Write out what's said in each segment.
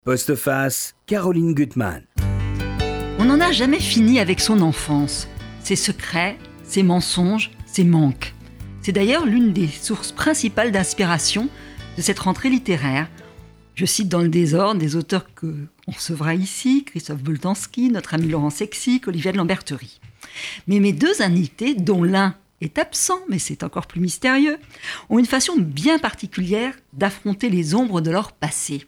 Postface, Caroline Gutmann. On n'en a jamais fini avec son enfance, ses secrets, ses mensonges, ses manques. C'est d'ailleurs l'une des sources principales d'inspiration de cette rentrée littéraire. Je cite dans le désordre des auteurs qu'on recevra ici, Christophe Boltanski, notre ami Laurent Sexic, Olivia de Lamberterie. Mais mes deux invités, dont l'un est absent, mais c'est encore plus mystérieux, ont une façon bien particulière d'affronter les ombres de leur passé.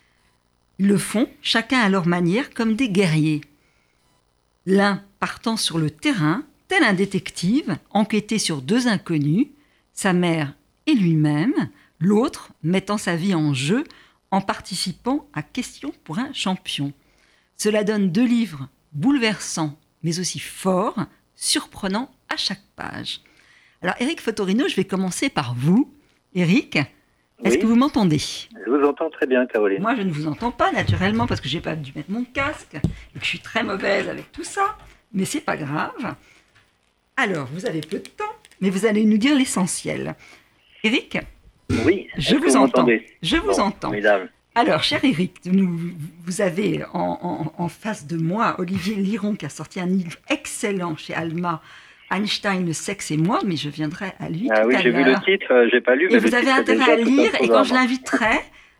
Ils le font, chacun à leur manière, comme des guerriers. L'un partant sur le terrain, tel un détective, enquêter sur deux inconnus, sa mère et lui-même, l'autre mettant sa vie en jeu en participant à Question pour un champion. Cela donne deux livres bouleversants, mais aussi forts, surprenants à chaque page. Alors, Éric Fotorino, je vais commencer par vous. Éric, est-ce que vous m'entendez ? Je vous entends très bien, Caroline. Moi, je ne vous entends pas, naturellement, parce que je n'ai pas dû mettre mon casque et que je suis très mauvaise avec tout ça. Mais c'est pas grave. Alors, vous avez peu de temps, mais vous allez nous dire l'essentiel. Éric ? Oui, je vous entends. Je vous Bon, entends. Formidable. Alors, cher Éric, vous avez en face de moi Olivier Liron qui a sorti un livre excellent chez Alma, Einstein, le sexe et moi, mais je viendrai à lui tout à l'heure. J'ai vu le titre, j'ai pas lu. Et mais vous avez intérêt à lire, et quand je l'inviterai,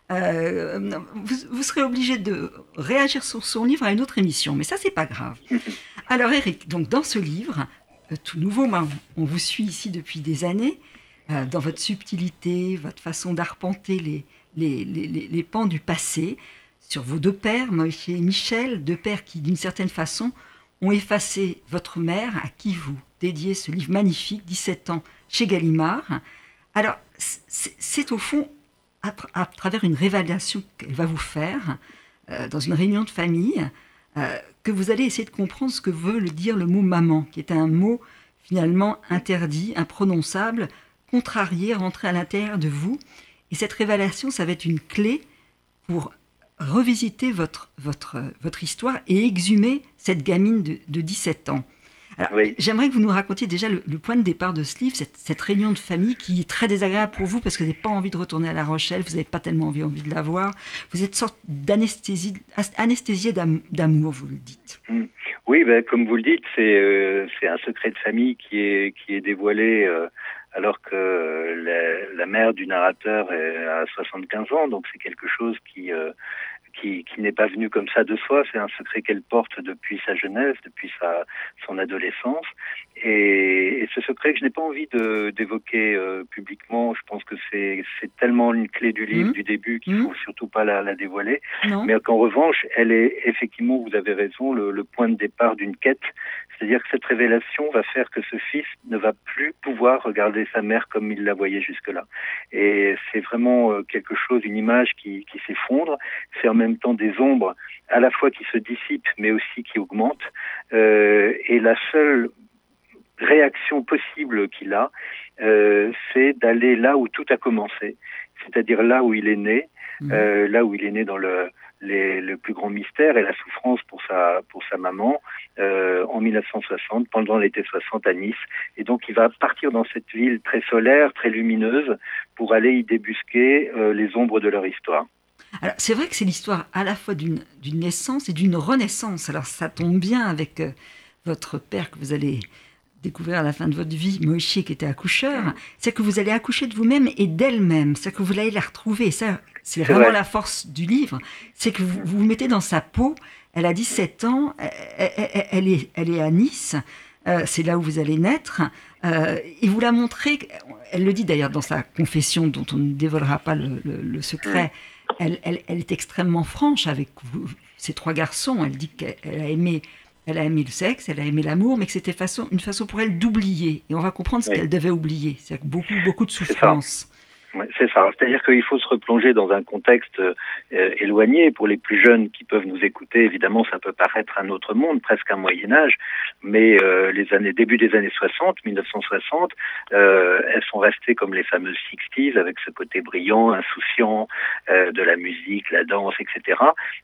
vous serez obligé de réagir sur son livre à une autre émission, mais ça, c'est pas grave. Alors, Éric, donc dans ce livre, tout nouveau, on vous suit ici depuis des années, dans votre subtilité, votre façon d'arpenter les pans du passé, sur vos deux pères, Moïse et Michel, deux pères qui, d'une certaine façon, ont effacé votre mère, à qui vous dédiez ce livre magnifique, 17 ans, chez Gallimard. Alors, c'est au fond, à travers une révélation qu'elle va vous faire, dans une réunion de famille, que vous allez essayer de comprendre ce que veut dire le mot « maman », qui est un mot finalement interdit, imprononçable, contrarié, rentré à l'intérieur de vous. Et cette révélation, ça va être une clé pour revisiter votre histoire et exhumer cette gamine de 17 ans. Alors, oui. J'aimerais que vous nous racontiez déjà le point de départ de ce livre, cette réunion de famille qui est très désagréable pour vous parce que vous n'avez pas envie de retourner à La Rochelle, vous n'avez pas tellement envie de la voir. Vous êtes sorte anesthésiée d'amour, vous le dites. Oui, comme vous le dites, c'est un secret de famille qui est dévoilé alors que la mère du narrateur a 75 ans, donc c'est quelque chose qui n'est pas venu comme ça de soi, c'est un secret qu'elle porte depuis sa jeunesse, depuis son adolescence, et ce secret que je n'ai pas envie d'évoquer publiquement, je pense que c'est tellement une clé du livre du début qu'il faut surtout pas la dévoiler, mais qu'en revanche, elle est effectivement, vous avez raison, le point de départ d'une quête, c'est-à-dire que cette révélation va faire que ce fils ne va plus pouvoir regarder sa mère comme il la voyait jusque-là. Et c'est vraiment quelque chose, une image qui s'effondre, c'est en même temps des ombres à la fois qui se dissipent mais aussi qui augmentent. Et la seule réaction possible qu'il a, c'est d'aller là où tout a commencé, c'est-à-dire là où il est né, là où il est né dans le plus grand mystère et la souffrance pour sa maman en 1960, pendant l'été 60 à Nice. Et donc il va partir dans cette ville très solaire, très lumineuse, pour aller y débusquer les ombres de leur histoire. Alors, c'est vrai que c'est l'histoire à la fois d'une naissance et d'une renaissance. Alors, ça tombe bien avec votre père que vous allez découvrir à la fin de votre vie, Moïse, qui était accoucheur. C'est que vous allez accoucher de vous-même et d'elle-même. C'est que vous allez la retrouver. Ça, c'est vraiment la force du livre. C'est que vous vous mettez dans sa peau. Elle a 17 ans. Elle est à Nice. C'est là où vous allez naître. Et vous la montrez. Elle le dit d'ailleurs dans sa confession, dont on ne dévoilera pas le secret. Elle est extrêmement franche avec ces trois garçons. Elle dit qu'elle a aimé le sexe, elle a aimé l'amour, mais que c'était une façon pour elle d'oublier. Et on va comprendre ce qu'elle devait oublier. C'est beaucoup de souffrance. C'est ça. C'est-à-dire qu'il faut se replonger dans un contexte éloigné. Pour les plus jeunes qui peuvent nous écouter, évidemment, ça peut paraître un autre monde, presque un Moyen-Âge. Mais début des années 60, 1960, elles sont restées comme les fameuses 60s, avec ce côté brillant, insouciant de la musique, la danse, etc.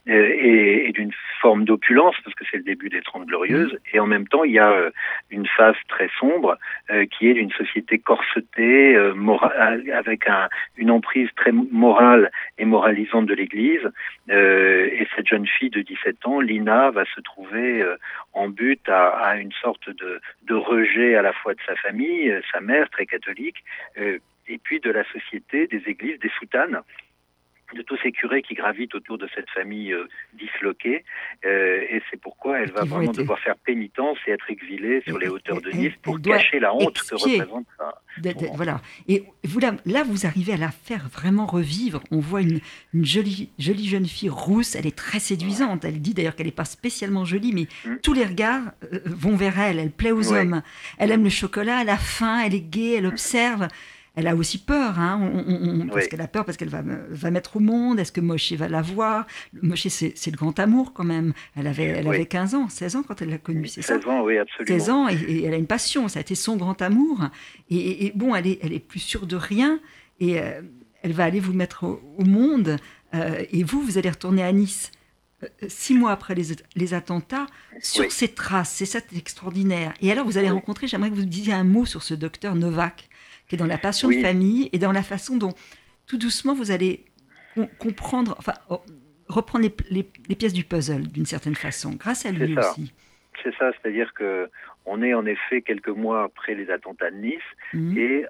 Et d'une forme d'opulence, parce que c'est le début des 30 Glorieuses. Et en même temps, il y a une phase très sombre qui est d'une société corsetée, avec un une emprise très morale et moralisante de l'Église. Et cette jeune fille de 17 ans, Lina, va se trouver en but à une sorte de rejet à la fois de sa famille, sa mère très catholique, et puis de la société, des églises, des soutanes, de tous ces curés qui gravitent autour de cette famille disloquée. Et c'est pourquoi elle va vraiment devoir faire pénitence et être exilée sur les hauteurs de Nice pour cacher la honte que représente ça. Voilà. Et vous, là, vous arrivez à la faire vraiment revivre. On voit une jolie jeune fille rousse. Elle est très séduisante. Elle dit d'ailleurs qu'elle n'est pas spécialement jolie, mais tous les regards vont vers elle. Elle plaît aux hommes. Elle aime le chocolat, elle a faim, elle est gaie, elle observe. Elle a aussi peur, parce qu'elle a peur, parce qu'elle va mettre au monde. Est-ce que Moshe va la voir? Moshe, c'est le grand amour quand même. Elle avait 15 ans, 16 ans quand elle l'a connu, c'est ça? 16 ans, oui, absolument. 16 ans, et elle a une passion, ça a été son grand amour. Et bon, elle est plus sûre de rien, et elle va aller vous mettre au monde, et vous allez retourner à Nice. 6 mois après les attentats, sur ses traces, c'est ça, c'est extraordinaire. Et alors, vous allez rencontrer, j'aimerais que vous disiez un mot sur ce docteur Novak, qui est dans la passion de famille et dans la façon dont, tout doucement, vous allez comprendre, reprendre les pièces du puzzle, d'une certaine façon, grâce à lui aussi. C'est ça, c'est-à-dire qu'on est en effet quelques mois après les attentats de Nice, et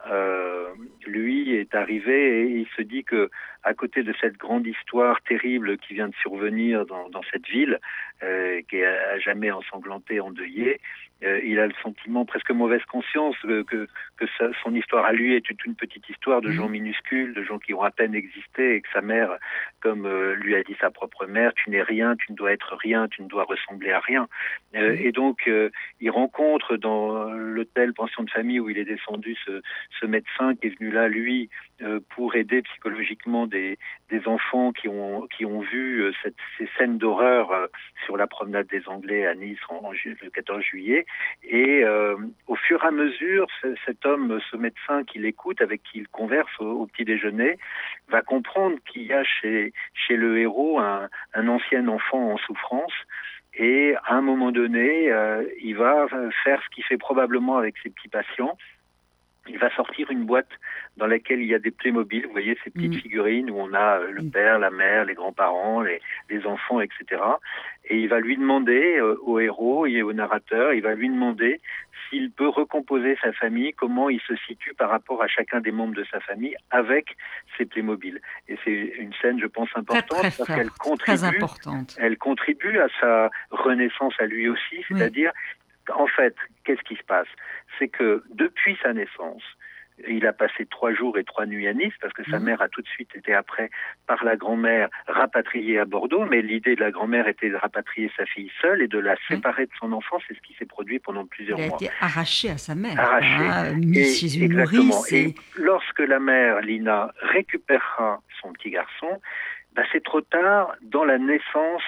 lui est arrivé et il se dit que à côté de cette grande histoire terrible qui vient de survenir dans cette ville, qui est à jamais ensanglantée, endeuillée, il a le sentiment, presque mauvaise conscience, que son histoire à lui est une petite histoire de gens minuscules, de gens qui ont à peine existé, et que sa mère, comme lui a dit sa propre mère, tu n'es rien, tu ne dois être rien, tu ne dois ressembler à rien. Et donc, il rencontre dans l'hôtel pension de famille où il est descendu ce médecin qui est venu là, lui, pour aider psychologiquement des enfants qui ont vu ces scènes d'horreur sur la promenade des Anglais à Nice le 14 juillet. Et au fur et à mesure, cet homme, ce médecin qui l'écoute, avec qui il converse au petit déjeuner, va comprendre qu'il y a chez le héros un ancien enfant en souffrance. Et à un moment donné, il va faire ce qu'il fait probablement avec ses petits patients. Il va sortir une boîte dans laquelle il y a des Playmobil, vous voyez, ces petites figurines où on a le père, la mère, les grands-parents, les enfants, etc. Et il va lui demander au héros et au narrateur, il va lui demander s'il peut recomposer sa famille, comment il se situe par rapport à chacun des membres de sa famille avec ces Playmobil. Et c'est une scène, je pense, importante très parce qu'elle contribue, contribue à sa renaissance à lui aussi, c'est-à-dire, en fait, qu'est-ce qui se passe? C'est que depuis sa naissance, il a passé 3 jours et 3 nuits à Nice parce que sa mère a tout de suite été après par la grand-mère rapatriée à Bordeaux, mais l'idée de la grand-mère était de rapatrier sa fille seule et de la séparer de son enfant. C'est ce qui s'est produit pendant plusieurs mois. Il a été arraché à sa mère, mis chez une nourrice. Et lorsque la mère, Lina, récupérera son petit garçon, c'est trop tard dans la naissance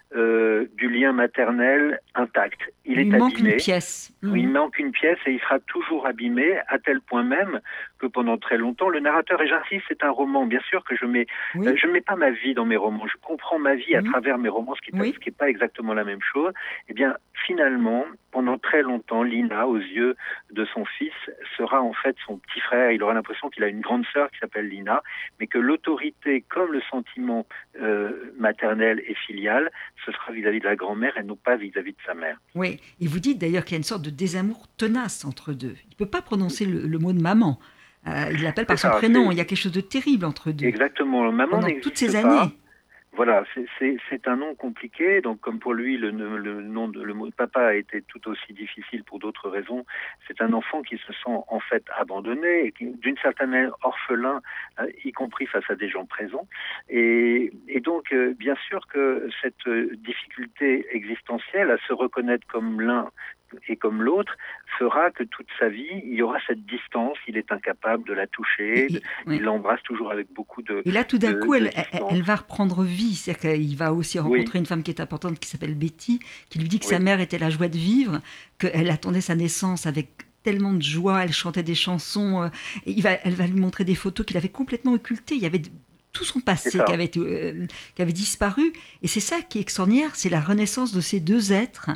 du lien maternel intact. Il manque une pièce. Il manque une pièce et il sera toujours abîmé, à tel point même que pendant très longtemps, le narrateur, et j'insiste, c'est un roman, bien sûr que je mets pas ma vie dans mes romans, je comprends ma vie à travers mes romans, ce qui n'est pas exactement la même chose. Eh bien, finalement, pendant très longtemps, Lina, aux yeux de son fils, sera en fait son petit frère. Il aura l'impression qu'il a une grande sœur qui s'appelle Lina, mais que l'autorité, comme le sentiment maternel et filial, ce sera vis-à-vis de la grand-mère et non pas vis-à-vis de sa mère. Oui, et vous dites d'ailleurs qu'il y a une sorte de désamour tenace entre deux. Il ne peut pas prononcer le mot de maman. Il l'appelle par son prénom. Il y a quelque chose de terrible entre deux. Exactement. Maman pendant toutes ces années. Voilà, c'est un nom compliqué. Donc, comme pour lui, le mot de papa a été tout aussi difficile pour d'autres raisons. C'est un enfant qui se sent en fait abandonné, et qui, d'une certaine manière orphelin, y compris face à des gens présents. Et donc, bien sûr que cette difficulté existentielle à se reconnaître comme l'un et comme l'autre fera que toute sa vie, il y aura cette distance, il est incapable de la toucher, il l'embrasse toujours avec beaucoup de... Et là, tout d'un coup, elle va reprendre vie, c'est-à-dire qu'il va aussi rencontrer une femme qui est importante, qui s'appelle Betty, qui lui dit que sa mère était la joie de vivre, qu'elle attendait sa naissance avec tellement de joie, elle chantait des chansons, et elle va lui montrer des photos qu'il avait complètement occultées, il y avait tout son passé qui avait disparu, et c'est ça qui est extraordinaire, c'est la renaissance de ces deux êtres,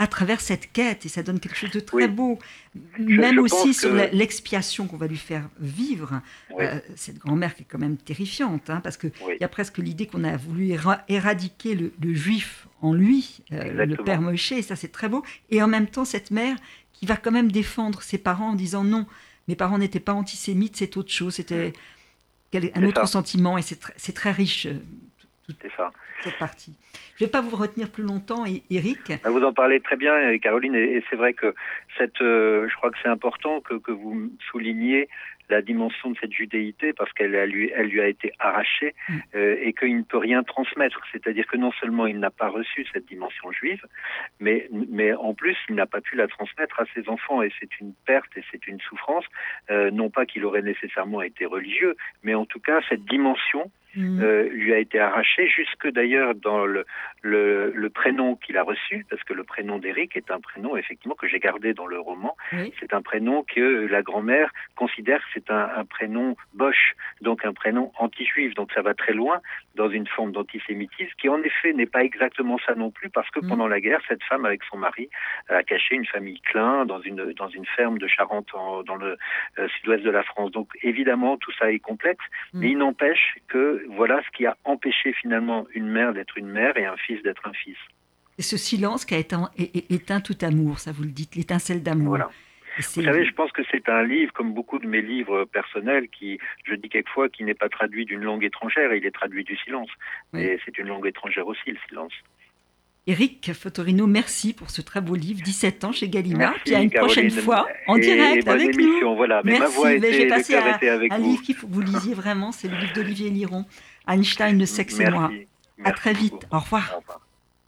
à travers cette quête, et ça donne quelque chose de très beau. Même aussi sur l'expiation qu'on va lui faire vivre. Cette grand-mère qui est quand même terrifiante, parce qu'il y a presque l'idée qu'on a voulu éradiquer le juif en lui, le père Moshe, et ça c'est très beau. Et en même temps, cette mère qui va quand même défendre ses parents en disant non, mes parents n'étaient pas antisémites, c'est autre chose, c'était un autre sentiment, et c'est très riche. C'est ça. Cette partie. Je ne vais pas vous retenir plus longtemps, Éric. Vous en parlez très bien, Caroline, et c'est vrai que je crois que c'est important que vous souligniez la dimension de cette judéité, parce qu'elle lui a été arrachée et qu'il ne peut rien transmettre. C'est-à-dire que non seulement il n'a pas reçu cette dimension juive, mais en plus il n'a pas pu la transmettre à ses enfants, et c'est une perte et c'est une souffrance. Non pas qu'il aurait nécessairement été religieux, mais en tout cas cette dimension lui a été arraché, jusque d'ailleurs dans le prénom qu'il a reçu, parce que le prénom d'Éric est un prénom effectivement que j'ai gardé dans le roman. C'est un prénom que la grand-mère considère que c'est un prénom boche, donc un prénom anti-juif, donc ça va très loin dans une forme d'antisémitisme qui en effet n'est pas exactement ça non plus, parce que pendant la guerre, cette femme avec son mari a caché une famille Klein dans une ferme de Charente dans le sud-ouest de la France. Donc évidemment tout ça est complexe, mais il n'empêche que voilà ce qui a empêché finalement une mère d'être une mère et un fils d'être un fils. Et ce silence qui a éteint tout amour, ça vous le dites, l'étincelle d'amour. Voilà. Vous savez, je pense que c'est un livre, comme beaucoup de mes livres personnels, qui, je dis quelquefois, qui n'est pas traduit d'une langue étrangère, il est traduit du silence. Et c'est une langue étrangère aussi, le silence. Éric Fotorino, merci pour ce très beau livre, 17 ans chez Gallimard. Merci, puis à une prochaine fois, en direct avec nous. Voilà. Mais merci, ma voix j'ai passé avec un vous. livre qu'il faut que vous lisiez vraiment, c'est le livre d'Olivier Liron, Einstein, le sexe et moi. À très vite, au revoir. Au revoir.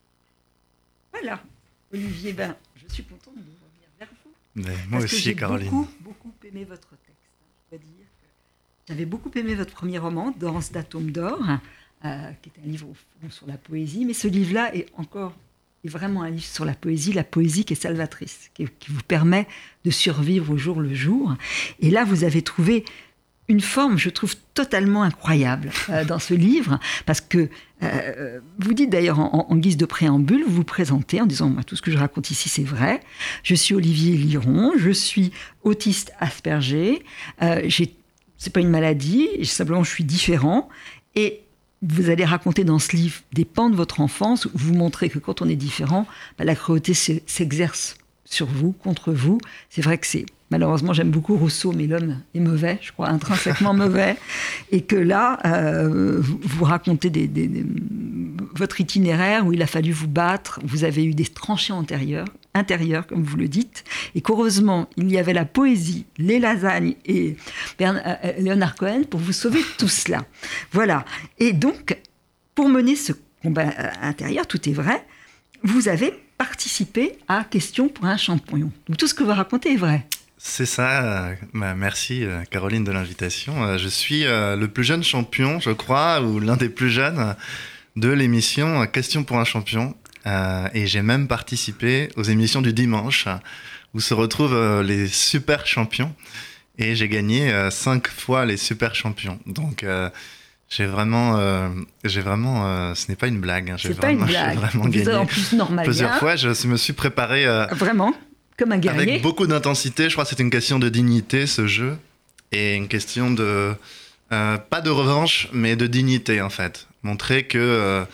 Voilà, Olivier, je suis contente de revenir vers vous. Moi aussi, Caroline. J'ai beaucoup aimé votre texte. Je dois dire que j'avais beaucoup aimé votre premier roman, Danse d'atomes d'or, qui est un livre sur la poésie, mais ce livre-là est vraiment un livre sur la poésie qui est salvatrice, qui vous permet de survivre au jour le jour. Et là, vous avez trouvé une forme, je trouve, totalement incroyable dans ce livre, parce que vous dites d'ailleurs en guise de préambule, vous vous présentez en disant tout ce que je raconte ici c'est vrai, je suis Olivier Liron, je suis autiste Asperger, c'est pas une maladie, simplement je suis différent, et vous allez raconter dans ce livre des pans de votre enfance où vous montrez que quand on est différent, la cruauté s'exerce sur vous, contre vous. C'est vrai que malheureusement, j'aime beaucoup Rousseau, mais l'homme est mauvais, je crois, intrinsèquement mauvais. Et que là, vous racontez votre itinéraire où il a fallu vous battre. Vous avez eu des tranchées intérieures, comme vous le dites. Et qu'heureusement, il y avait la poésie, les lasagnes et Léonard Cohen pour vous sauver de tout cela. Voilà. Et donc, pour mener ce combat intérieur, tout est vrai, vous avez participé à Question pour un champion. Donc tout ce que vous racontez est vrai. C'est ça. Merci Caroline de l'invitation. Je suis le plus jeune champion, je crois, ou l'un des plus jeunes de l'émission Question pour un champion. Et j'ai même participé aux émissions du dimanche où se retrouvent les super champions. Et j'ai gagné 5 fois les super champions. Donc j'ai vraiment, ce n'est pas une blague. J'ai vraiment gagné. En plus, normalien. Plusieurs fois, je me suis préparé. Vraiment, comme un guerrier. Avec beaucoup d'intensité. Je crois que c'est une question de dignité, ce jeu, et une question de pas de revanche, mais de dignité en fait. Montrer que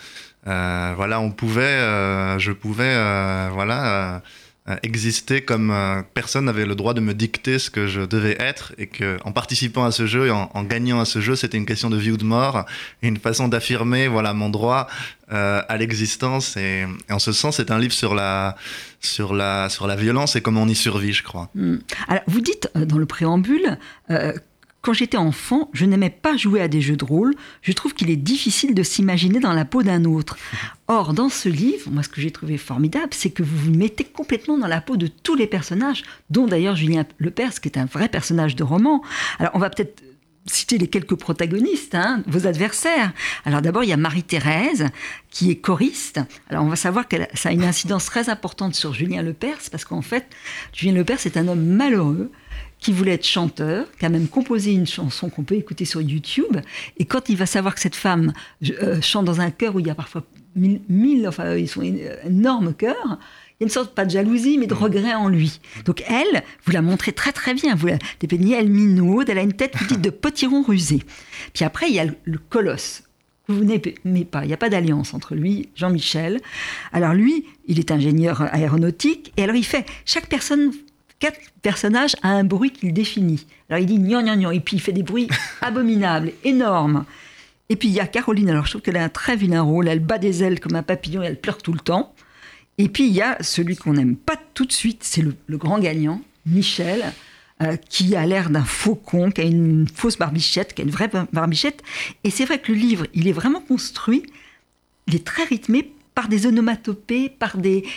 je pouvais exister comme personne n'avait le droit de me dicter ce que je devais être, et que en participant à ce jeu et en gagnant à ce jeu, c'était une question de vie ou de mort, et une façon d'affirmer mon droit à l'existence. Et en ce sens, c'est un livre sur la violence et comment on y survit, je crois. Alors, vous dites dans le préambule quand j'étais enfant, je n'aimais pas jouer à des jeux de rôle. Je trouve qu'il est difficile de s'imaginer dans la peau d'un autre. Or, dans ce livre, moi, ce que j'ai trouvé formidable, c'est que vous vous mettez complètement dans la peau de tous les personnages, dont d'ailleurs Julien Lepers, qui est un vrai personnage de roman. Alors, on va peut-être citer les quelques protagonistes, vos adversaires. Alors d'abord, il y a Marie-Thérèse, qui est choriste. Alors on va savoir que ça a une incidence très importante sur Julien Lepers, parce qu'en fait, Julien Lepers est un homme malheureux, qui voulait être chanteur, qui a même composé une chanson qu'on peut écouter sur YouTube. Et quand il va savoir que cette femme chante dans un chœur où il y a parfois 1000 ils sont énormes chœurs, y a une sorte, pas de jalousie, mais de regret en lui. Donc elle, vous la montrez très très bien, vous la dépeignez, elle minaude, elle a une tête, vous dites, de potiron rusé. Puis après, il y a le colosse. Vous n'aimez pas, il n'y a pas d'alliance entre lui, Jean-Michel. Alors lui, il est ingénieur aéronautique, et alors il fait, chaque personnage a un bruit qu'il définit. Alors il dit gnan gnan gnan, et puis il fait des bruits abominables, énormes. Et puis il y a Caroline, alors je trouve qu'elle a un très vilain rôle, elle bat des ailes comme un papillon et elle pleure tout le temps. Et puis il y a celui qu'on n'aime pas tout de suite, c'est le grand gagnant, Michel, qui a l'air d'un faucon, qui a une fausse barbichette, qui a une vraie barbichette. Et c'est vrai que le livre, il est vraiment construit, il est très rythmé par des onomatopées, par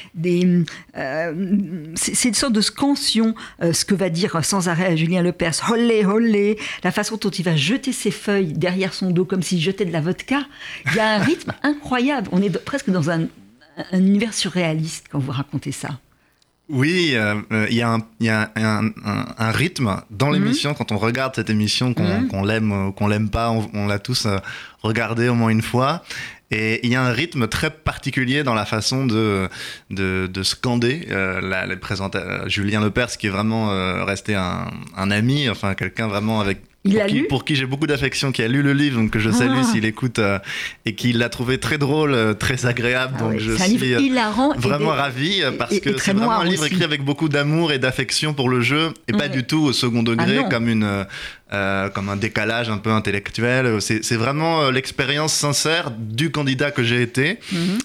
c'est une sorte de scansion, ce que va dire sans arrêt Julien Lepers, holé, holé, la façon dont il va jeter ses feuilles derrière son dos comme s'il jetait de la vodka. Il y a un rythme incroyable. On est presque dans un univers surréaliste quand vous racontez ça. Oui, il y a un rythme dans l'émission. Quand on regarde cette émission, qu'on l'aime ou qu'on l'aime pas, on l'a tous regardé au moins une fois. Et il y a un rythme très particulier dans la façon de scander les présentateurs. Julien Lepers, qui est vraiment resté un ami, enfin quelqu'un vraiment pour qui j'ai beaucoup d'affection, qui a lu le livre, donc que je salue s'il écoute, et qui l'a trouvé très drôle, très agréable. Donc je suis vraiment ravi, parce que c'est vraiment un livre écrit avec beaucoup d'amour et d'affection pour le jeu, et pas du tout au second degré, comme un décalage un peu intellectuel. C'est vraiment l'expérience sincère du candidat que j'ai été,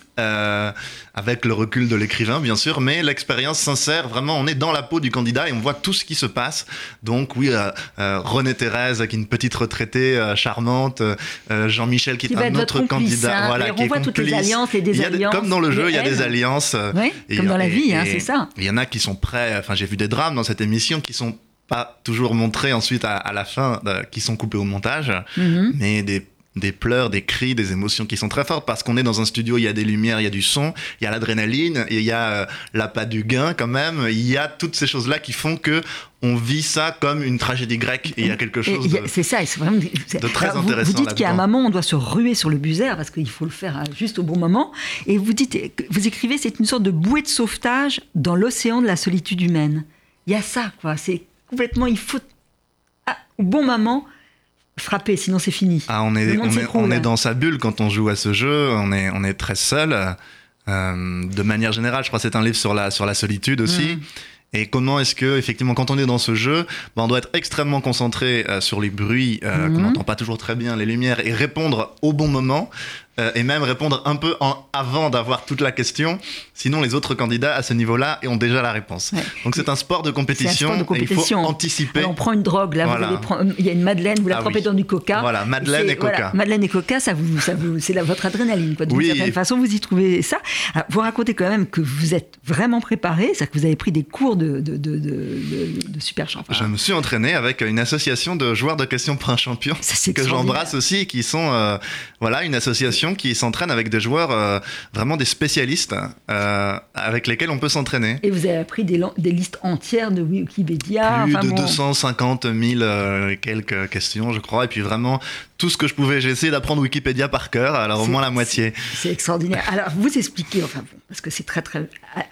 avec le recul de l'écrivain bien sûr, mais l'expérience sincère, vraiment on est dans la peau du candidat et on voit tout ce qui se passe. Donc oui, René Thérèse qui est une petite retraitée charmante, Jean-Michel qui est un autre candidat, voilà, qui est complice. Toutes les alliances et désalliances. Comme dans le jeu, il y a des alliances. Comme dans la vie, c'est ça. Il y en a qui sont prêts, enfin j'ai vu des drames dans cette émission qui sont pas toujours montrés ensuite à la fin, qui sont coupés au montage, mais des pleurs, des cris, des émotions qui sont très fortes, parce qu'on est dans un studio, il y a des lumières, il y a du son, il y a l'adrénaline, il y a l'appât du gain quand même, il y a toutes ces choses-là qui font que on vit ça comme une tragédie grecque, et il y a quelque chose c'est ça, c'est vraiment de très intéressant. Vous dites qu'à un moment, on doit se ruer sur le buser, parce qu'il faut le faire juste au bon moment, et vous écrivez, c'est une sorte de bouée de sauvetage dans l'océan de la solitude humaine. Il y a ça, quoi, c'est complètement, il faut au bon moment frapper, sinon c'est fini. On est dans sa bulle quand on joue à ce jeu, on est très seul. De manière générale, je crois que c'est un livre sur la solitude aussi. Et comment est-ce que, effectivement, quand on est dans ce jeu, on doit être extrêmement concentré sur les bruits qu'on n'entend pas toujours très bien, les lumières, et répondre au bon moment, et même répondre un peu avant d'avoir toute la question. Sinon, les autres candidats à ce niveau-là ont déjà la réponse. Ouais. Donc c'est un sport de compétition, et il faut anticiper. Alors, on prend une drogue, là, voilà. Il y a une madeleine, vous la trempez dans du coca. Voilà, madeleine et coca. Voilà, madeleine et coca, c'est votre adrénaline, quoi. D'une certaine façon, vous y trouvez ça. Alors, vous racontez quand même que vous êtes vraiment préparé, c'est-à-dire que vous avez pris des cours de super champion. Je me suis entraîné avec une association de joueurs de questions pour un champion, que j'embrasse aussi, qui sont une association qui s'entraîne avec des joueurs, vraiment des spécialistes, avec lesquels on peut s'entraîner. Et vous avez appris des listes entières de Wikipédia. Plus de 250 000 et quelques questions, je crois. Et puis vraiment, tout ce que je pouvais, j'ai essayé d'apprendre Wikipédia par cœur, alors au moins la moitié. C'est extraordinaire. Alors, vous expliquez, parce que c'est très, très,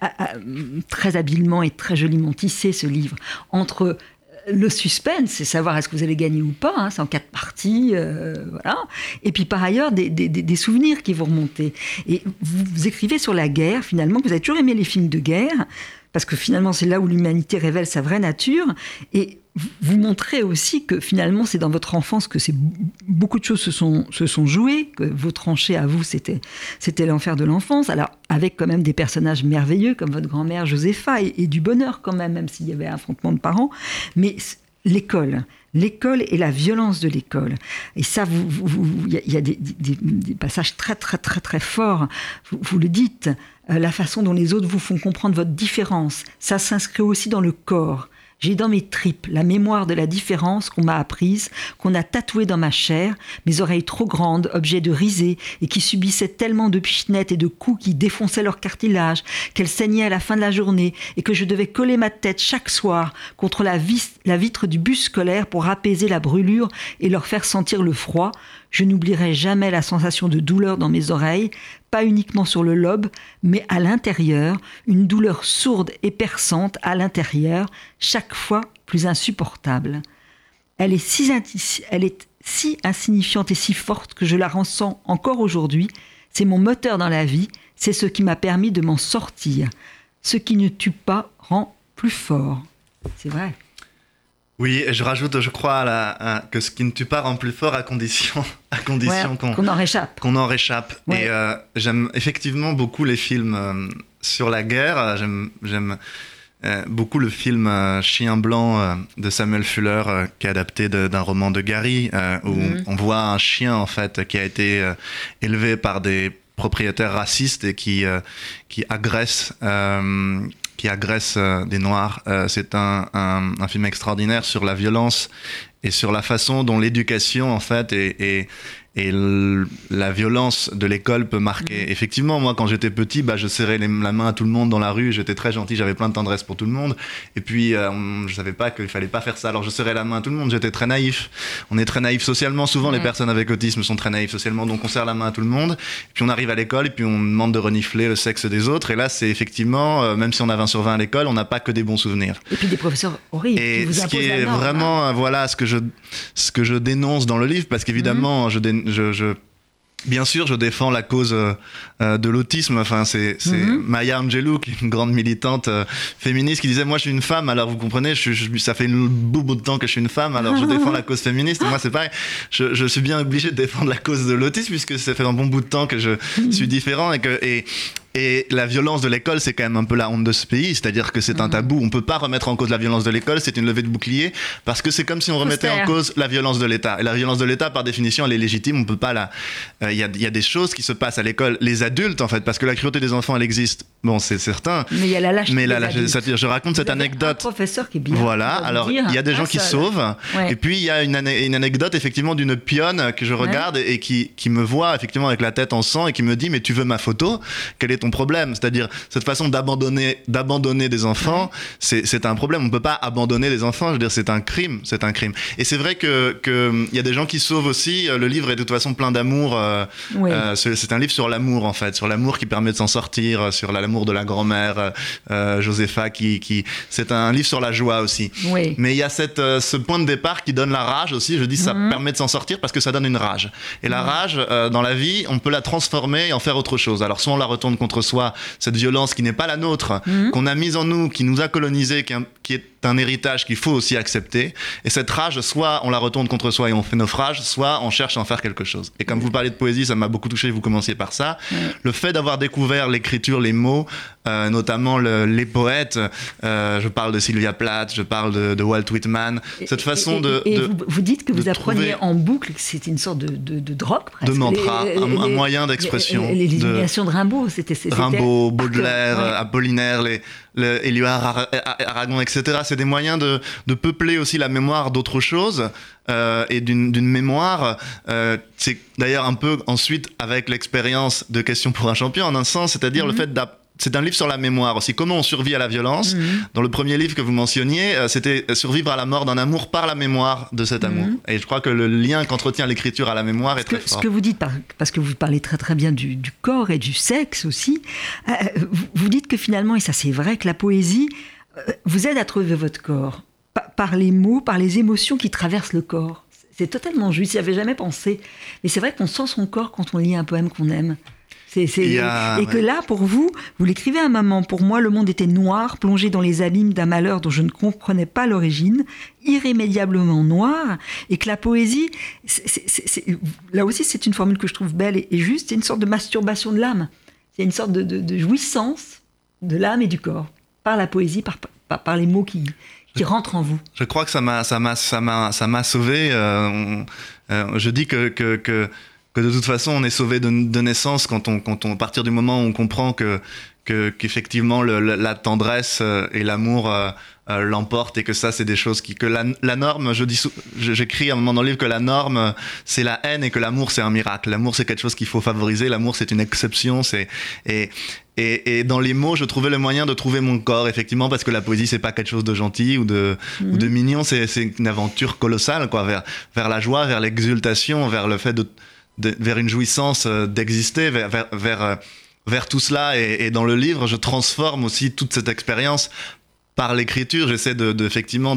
très habilement et très joliment tissé, ce livre, entre le suspense, c'est savoir est-ce que vous allez gagner ou pas, c'est en 4 parties, voilà. Et puis par ailleurs, des souvenirs qui vont remonter. Et vous écrivez sur la guerre, finalement, que vous avez toujours aimé les films de guerre, parce que finalement, c'est là où l'humanité révèle sa vraie nature. Et vous montrez aussi que finalement, c'est dans votre enfance que beaucoup de choses se sont jouées, que vos tranchées à vous, c'était l'enfer de l'enfance. Alors, avec quand même des personnages merveilleux, comme votre grand-mère Josépha, et du bonheur quand même s'il y avait un affrontement de parents. Mais l'école et la violence de l'école. Et ça, il y a des passages très, très, très, très forts. Vous le dites, la façon dont les autres vous font comprendre votre différence, ça s'inscrit aussi dans le corps. J'ai dans mes tripes la mémoire de la différence qu'on m'a apprise, qu'on a tatouée dans ma chair, mes oreilles trop grandes, objets de risée, et qui subissaient tellement de pichenettes et de coups qui défonçaient leur cartilage, qu'elles saignaient à la fin de la journée, et que je devais coller ma tête chaque soir contre la vitre du bus scolaire pour apaiser la brûlure et leur faire sentir le froid. Je n'oublierai jamais la sensation de douleur dans mes oreilles, pas uniquement sur le lobe, mais à l'intérieur, une douleur sourde et perçante à l'intérieur, chaque fois plus insupportable. Elle est si insignifiante et si forte que je la ressens encore aujourd'hui. C'est mon moteur dans la vie, c'est ce qui m'a permis de m'en sortir. Ce qui ne tue pas rend plus fort. C'est vrai. Oui, et je rajoute, je crois, que ce qui ne tue pas rend plus fort à condition qu'on en réchappe. Qu'on en réchappe. Ouais. Et j'aime effectivement beaucoup les films sur la guerre. J'aime beaucoup le film Chien blanc de Samuel Fuller, qui est adapté d'un roman de Gary, où on voit un chien en fait qui a été élevé par des propriétaires racistes et qui agresse des Noirs. C'est un film extraordinaire sur la violence et sur la façon dont l'éducation en fait et la violence de l'école peut marquer. Effectivement, moi, quand j'étais petit, je serrais la main à tout le monde dans la rue, j'étais très gentil, j'avais plein de tendresse pour tout le monde, et puis je savais pas qu'il fallait pas faire ça, alors je serrais la main à tout le monde, j'étais très naïf. On est très naïf socialement, souvent les personnes avec autisme sont très naïfs socialement, donc on serre la main à tout le monde, et puis on arrive à l'école, et puis on demande de renifler le sexe des autres, et là, c'est effectivement, même si on a 20 sur 20 à l'école, on n'a pas que des bons souvenirs. Et puis des professeurs horribles et qui vous ce qui imposent est la norme, vraiment, voilà, ce que je dénonce dans le livre, parce qu'évidemment, bien sûr, je défends la cause de l'autisme. Enfin, c'est Maya Angelou, qui est une grande militante féministe, qui disait: moi, je suis une femme. Alors, vous comprenez, ça fait un bout de temps que je suis une femme. Alors, je défends la cause féministe. Et moi, c'est pareil. Je suis bien obligé de défendre la cause de l'autisme, puisque ça fait un bon bout de temps que je suis différent et la violence de l'école, c'est quand même un peu la honte de ce pays, c'est-à-dire que c'est un tabou. On peut pas remettre en cause la violence de l'école, c'est une levée de bouclier, parce que c'est comme si on remettait en cause la violence de l'État. Et la violence de l'État, par définition, elle est légitime. On peut pas il y a des choses qui se passent à l'école. Les adultes, en fait, parce que la cruauté des enfants, elle existe. Bon, c'est certain. Mais il y a la lâcheté. C'est-à-dire, je raconte cette anecdote. Un professeur qui est bien. Voilà. Alors, il y a des gens qui sauvent. Ouais. Et puis, il y a une anecdote, effectivement, d'une pionne que je regarde et qui me voit, effectivement, avec la tête en sang et qui me dit: mais tu veux ma photo? Quel est ton problème? C'est-à-dire, cette façon d'abandonner des enfants, c'est un problème. On ne peut pas abandonner des enfants. Je veux dire, c'est un crime. Et c'est vrai que y a des gens qui sauvent aussi. Le livre est de toute façon plein d'amour. C'est un livre sur l'amour, en fait, sur l'amour qui permet de s'en sortir, sur l'amour de la grand-mère Josepha, c'est un livre sur la joie aussi. Oui. Mais il y a ce point de départ qui donne la rage aussi. Je dis, ça permet de s'en sortir parce que ça donne une rage. Et la rage, dans la vie, on peut la transformer et en faire autre chose. Alors, soit on la retourne contre soi, cette violence qui n'est pas la nôtre, qu'on a mise en nous, qui nous a colonisés, qui est un héritage qu'il faut aussi accepter. Et cette rage, soit on la retourne contre soi et on fait naufrage, soit on cherche à en faire quelque chose. Et comme vous parlez de poésie, ça m'a beaucoup touché, vous commenciez par ça. Le fait d'avoir découvert l'écriture, les mots, notamment les poètes, je parle de Sylvia Plath, je parle de Walt Whitman, cette façon de... vous dites que vous appreniez en boucle, que c'était une sorte de drogue, presque. De mantra, un moyen d'expression. L'élimination de Rimbaud, c'était Rimbaud, Baudelaire, Apollinaire, Éluard, Aragon, etc. C'est des moyens de peupler aussi la mémoire d'autre chose et d'une mémoire. C'est d'ailleurs un peu ensuite avec l'expérience de Question pour un champion, en un sens, c'est-à-dire le fait c'est un livre sur la mémoire aussi. Comment on survit à la violence. Dans le premier livre que vous mentionniez, c'était survivre à la mort d'un amour par la mémoire de cet amour. Et je crois que le lien qu'entretient l'écriture à la mémoire est très fort. Ce que vous dites, parce que vous parlez très très bien du corps et du sexe aussi, vous dites que finalement, et ça c'est vrai, que la poésie vous aide à trouver votre corps par les mots, par les émotions qui traversent le corps. C'est totalement juste, j'y avais jamais pensé. Mais c'est vrai qu'on sent son corps quand on lit un poème qu'on aime. Que là, pour vous l'écrivez à un moment. Pour moi, le monde était noir, plongé dans les abîmes d'un malheur dont je ne comprenais pas l'origine, irrémédiablement noir, et que la poésie, là aussi, c'est une formule que je trouve belle et juste, c'est une sorte de masturbation de l'âme. C'est une sorte de jouissance de l'âme et du corps, par la poésie, par les mots qui rentrent en vous. Je crois que ça m'a sauvé. Je dis que que de toute façon on est sauvé de naissance quand on à partir du moment où on comprend qu'effectivement la tendresse et l'amour l'emportent, et que ça c'est des choses que la norme, j'écris à un moment dans le livre que la norme c'est la haine et que l'amour c'est un miracle. L'amour c'est quelque chose qu'il faut favoriser, l'amour c'est une exception, et dans les mots je trouvais le moyen de trouver mon corps, effectivement, parce que la poésie c'est pas quelque chose de gentil ou de mignon, c'est une aventure colossale, quoi, vers la joie, vers l'exultation, vers le fait vers une jouissance d'exister, vers tout cela. Et dans le livre, je transforme aussi toute cette expérience par l'écriture. J'essaie effectivement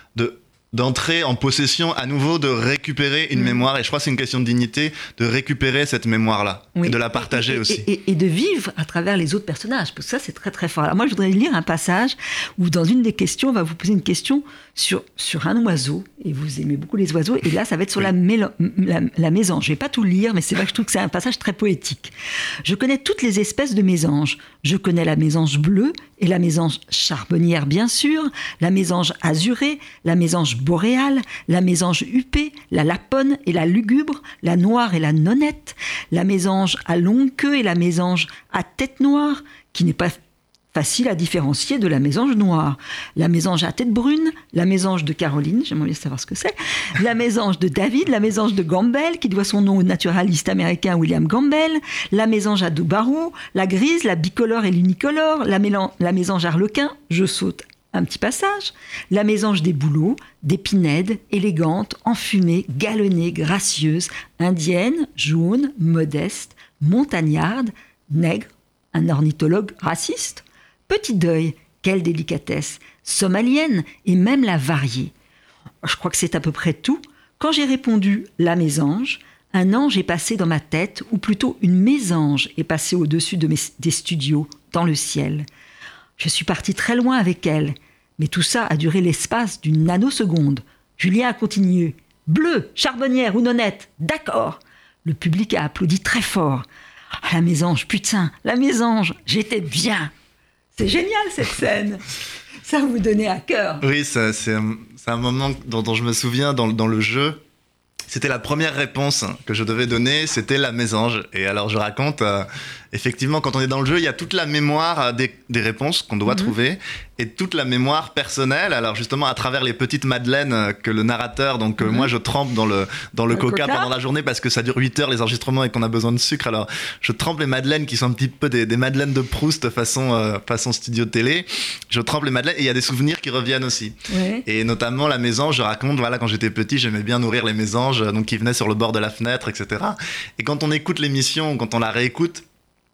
d'entrer en possession à nouveau, de récupérer une mémoire. Et je crois que c'est une question de dignité, de récupérer cette mémoire-là, et de la partager aussi. Et de vivre à travers les autres personnages, parce que ça, c'est très très fort. Alors moi, je voudrais lire un passage où, dans une des questions, on va vous poser une question sur un oiseau, et vous aimez beaucoup les oiseaux, et là, ça va être sur la mésange. Je ne vais pas tout lire, mais c'est vrai que je trouve que c'est un passage très poétique. Je connais toutes les espèces de mésanges. Je connais la mésange bleue et la mésange charbonnière, bien sûr, la mésange azurée, la mésange boréale, la mésange huppée, la laponne et la lugubre, la noire et la nonnette, la mésange à longue queue et la mésange à tête noire, qui n'est pas facile à différencier de la mésange noire, la mésange à tête brune, la mésange de Caroline, j'aimerais bien savoir ce que c'est, la mésange de David, la mésange de Gambel, qui doit son nom au naturaliste américain William Gambel, la mésange à deux barreaux, la grise, la bicolore et l'unicolore, la mésange arlequin, je saute un petit passage, la mésange des bouleaux, des pinèdes, élégante, enfumée, galonnée, gracieuse, indienne, jaune, modeste, montagnarde, nègre, un ornithologue raciste. Petit deuil, quelle délicatesse, somalienne et même la variée. Je crois que c'est à peu près tout. Quand j'ai répondu « la mésange », un ange est passé dans ma tête, ou plutôt une mésange est passée au-dessus des studios, dans le ciel. Je suis partie très loin avec elle, mais tout ça a duré l'espace d'une nanoseconde. Julien a continué. « Bleu, charbonnière ou nonnette, d'accord !» Le public a applaudi très fort. « La mésange, putain, la mésange, j'étais bien !» C'est génial, cette scène. Ça vous donnait à cœur. Oui, c'est un moment dont je me souviens dans le jeu. C'était la première réponse que je devais donner, c'était la mésange. Et alors je raconte, effectivement, quand on est dans le jeu, il y a toute la mémoire des réponses qu'on doit trouver, et toute la mémoire personnelle. Alors justement, à travers les petites madeleines que le narrateur, donc moi je trempe dans le coca pendant la journée, parce que ça dure 8 heures les enregistrements et qu'on a besoin de sucre. Alors je trempe les madeleines qui sont un petit peu des madeleines de Proust façon studio de télé. Je trempe les madeleines, et il y a des souvenirs qui reviennent aussi. Ouais. Et notamment la mésange, je raconte, voilà, quand j'étais petit, j'aimais bien nourrir les mésanges, donc qui venaient sur le bord de la fenêtre, etc. Et quand on écoute l'émission, quand on la réécoute,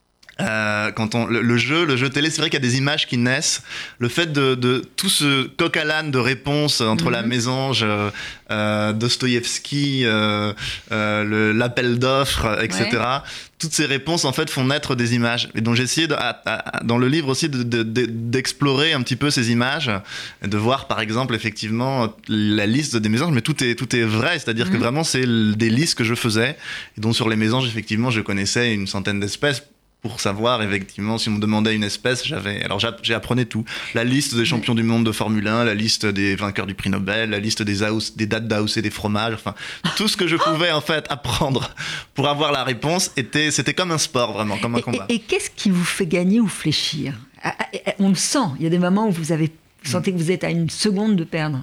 quand le jeu télé, c'est vrai qu'il y a des images qui naissent. Le fait de tout ce coq à l'âne de réponses entre la mésange, Dostoïevski, l'appel d'offres, etc. Ouais. Toutes ces réponses en fait font naître des images. Et donc j'ai essayé dans le livre aussi d'explorer un petit peu ces images, de voir par exemple effectivement la liste des mésanges, mais tout est vrai, c'est-à-dire que vraiment c'est des listes que je faisais, et donc sur les mésanges effectivement je connaissais une centaine d'espèces. Pour savoir, effectivement, si on me demandait une espèce, j'ai apprenais tout. La liste des champions du monde de Formule 1, la liste des vainqueurs du prix Nobel, la liste des dates d'AOC des fromages, enfin, tout ce que je pouvais, en fait, apprendre pour avoir la réponse, c'était comme un sport, vraiment, comme un combat. Et qu'est-ce qui vous fait gagner ou fléchir ? On le sent, il y a des moments où vous sentez que vous êtes à une seconde de perdre.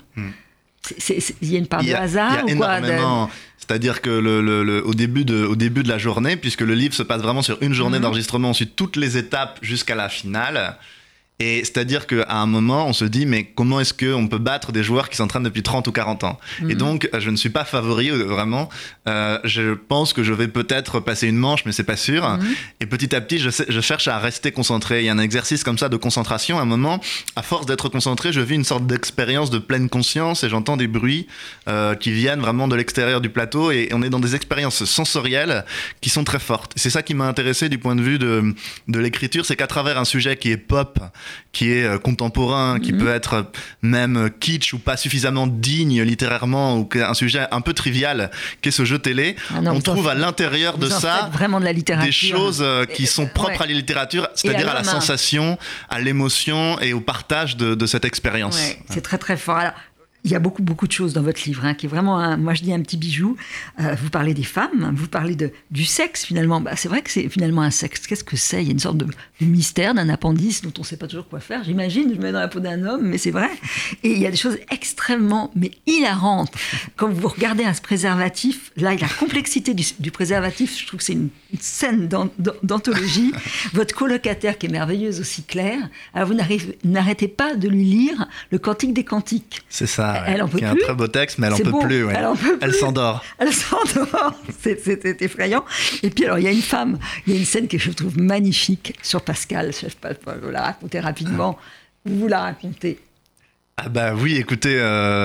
Il y a une part de hasard ou quoi ? Énormément. C'est-à-dire que au début de la journée, puisque le livre se passe vraiment sur une journée d'enregistrement, ensuite toutes les étapes jusqu'à la finale. Et c'est-à-dire qu'à un moment, on se dit, mais comment est-ce qu'on peut battre des joueurs qui s'entraînent depuis 30 ou 40 ans ? Et donc, je ne suis pas favori, vraiment. Je pense que je vais peut-être passer une manche, mais c'est pas sûr. Et petit à petit, je cherche à rester concentré. Il y a un exercice comme ça de concentration. À un moment, à force d'être concentré, je vis une sorte d'expérience de pleine conscience, et j'entends des bruits qui viennent vraiment de l'extérieur du plateau. Et on est dans des expériences sensorielles qui sont très fortes. C'est ça qui m'a intéressé du point de vue de l'écriture, c'est qu'à travers un sujet qui est pop, qui est contemporain, qui peut être même kitsch ou pas suffisamment digne littérairement, ou un sujet un peu trivial qu'est ce jeu télé, on trouve à l'intérieur de ça vraiment de la littérature, des choses qui sont propres à la littérature, c'est-à-dire à la sensation, à l'émotion et au partage de cette expérience. Ouais, c'est très très fort. Alors, Il y a beaucoup de choses dans votre livre, qui est vraiment, moi je dis un petit bijou. Vous parlez des femmes, vous parlez du sexe finalement. C'est vrai que c'est finalement un sexe. Qu'est-ce que c'est ? Il y a une sorte de mystère, d'un appendice dont on ne sait pas toujours quoi faire. J'imagine, je me mets dans la peau d'un homme, mais c'est vrai. Et il y a des choses extrêmement, mais hilarantes. Quand vous regardez un préservatif, là, la complexité du préservatif, je trouve que c'est une scène d'anthologie. Votre colocataire qui est merveilleuse, aussi claire, alors vous n'arrêtez pas de lui lire le Cantique des Cantiques. C'est ça. Elle en peut plus. Un très beau texte, mais elle en peut plus. Ouais. Elle s'endort. Elle s'endort. C'est effrayant. Et puis alors, il y a une scène que je trouve magnifique sur Pascal. Je ne sais pas, je vais vous la raconter rapidement. Vous la racontez. Ah bah oui, écoutez,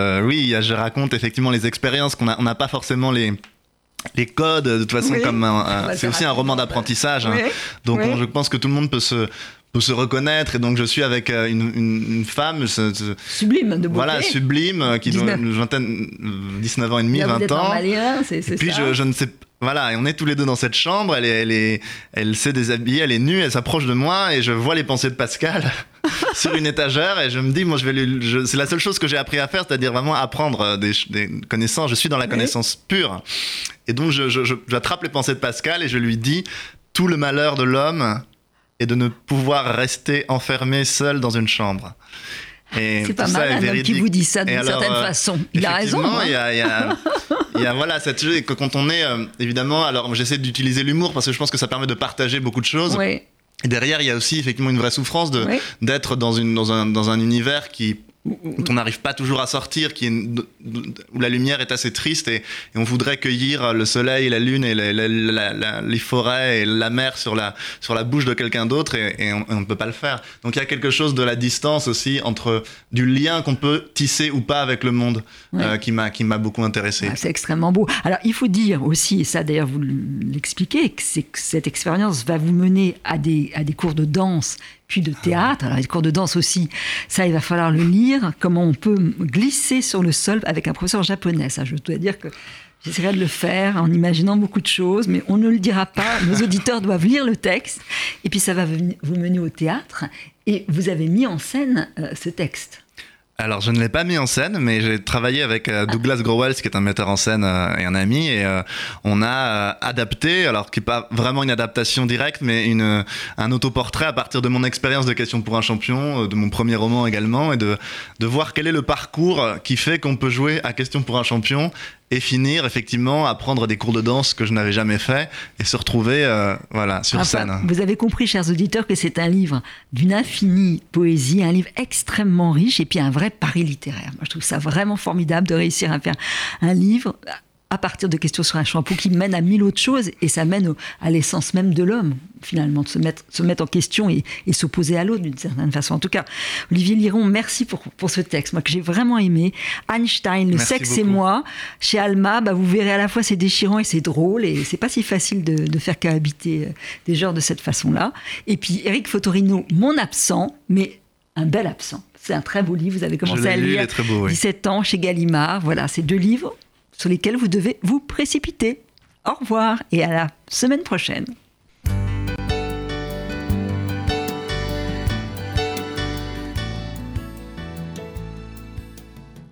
je raconte effectivement les expériences qu'on n'a pas forcément les codes, de toute façon, c'est aussi un roman d'apprentissage. Oui. Donc je pense que tout le monde peut se reconnaître, et donc je suis avec une femme sublime de beauté. Voilà, sublime, qui doit 19 ans et demi, là, 20 ans. C'est et puis ça. je ne sais pas. Voilà, et on est tous les deux dans cette chambre, elle s'est déshabillée, elle est nue, elle s'approche de moi, et je vois les pensées de Pascal sur une étagère, et je me dis, moi c'est la seule chose que j'ai appris à faire, c'est-à-dire vraiment apprendre des connaissances. Je suis dans la connaissance pure. Et donc j'attrape les pensées de Pascal et je lui dis, tout le malheur de l'homme est de ne pouvoir rester enfermé seul dans une chambre. Et c'est pas mal un homme qui vous dit ça d'une certaine façon. Il a raison. Il y a voilà, cette chose, quand on est évidemment, alors j'essaie d'utiliser l'humour parce que je pense que ça permet de partager beaucoup de choses. Oui. Et derrière, il y a aussi effectivement une vraie souffrance d'être dans un univers dont on n'arrive pas toujours à sortir, où la lumière est assez triste, et on voudrait cueillir le soleil, la lune et les forêts et la mer sur la bouche de quelqu'un d'autre, et on ne peut pas le faire. Donc il y a quelque chose de la distance aussi, du lien qu'on peut tisser ou pas avec le monde, qui m'a beaucoup intéressé. C'est extrêmement beau. Alors il faut dire aussi, et ça d'ailleurs vous l'expliquez, que cette expérience va vous mener à des cours de danse, puis de théâtre. Alors les cours de danse aussi, ça il va falloir le lire, comment on peut glisser sur le sol avec un professeur japonais. Ça, je dois dire que j'essaierai de le faire en imaginant beaucoup de choses, mais on ne le dira pas. Nos auditeurs doivent lire le texte, et puis ça va vous mener au théâtre, et vous avez mis en scène ce texte. Alors, je ne l'ai pas mis en scène, mais j'ai travaillé avec Douglas Growell, qui est un metteur en scène et un ami, et on a adapté, alors qui n'est pas vraiment une adaptation directe, mais un autoportrait à partir de mon expérience de Question pour un champion, de mon premier roman également, et de voir quel est le parcours qui fait qu'on peut jouer à Question pour un champion et finir effectivement à prendre des cours de danse que je n'avais jamais fait et se retrouver sur scène. Vous avez compris, chers auditeurs, que c'est un livre d'une infinie poésie, un livre extrêmement riche, et puis un vrai pari littéraire. Moi, je trouve ça vraiment formidable de réussir à faire un livre à partir de Questions sur un shampoo qui mène à mille autres choses, et ça mène à l'essence même de l'homme, finalement, de se mettre en question et s'opposer à l'autre d'une certaine façon. En tout cas, Olivier Liron, merci pour ce texte, moi, que j'ai vraiment aimé. Einstein, le sexe et moi, chez Alma, vous verrez à la fois c'est déchirant et c'est drôle, et c'est pas si facile de faire cohabiter des genres de cette façon-là. Et puis Éric Fotorino, mon absent, mais un bel absent. C'est un très beau livre, vous avez commencé à lire, 17 ans, chez Gallimard. Voilà, c'est 2 livres sur lesquels vous devez vous précipiter. Au revoir et à la semaine prochaine.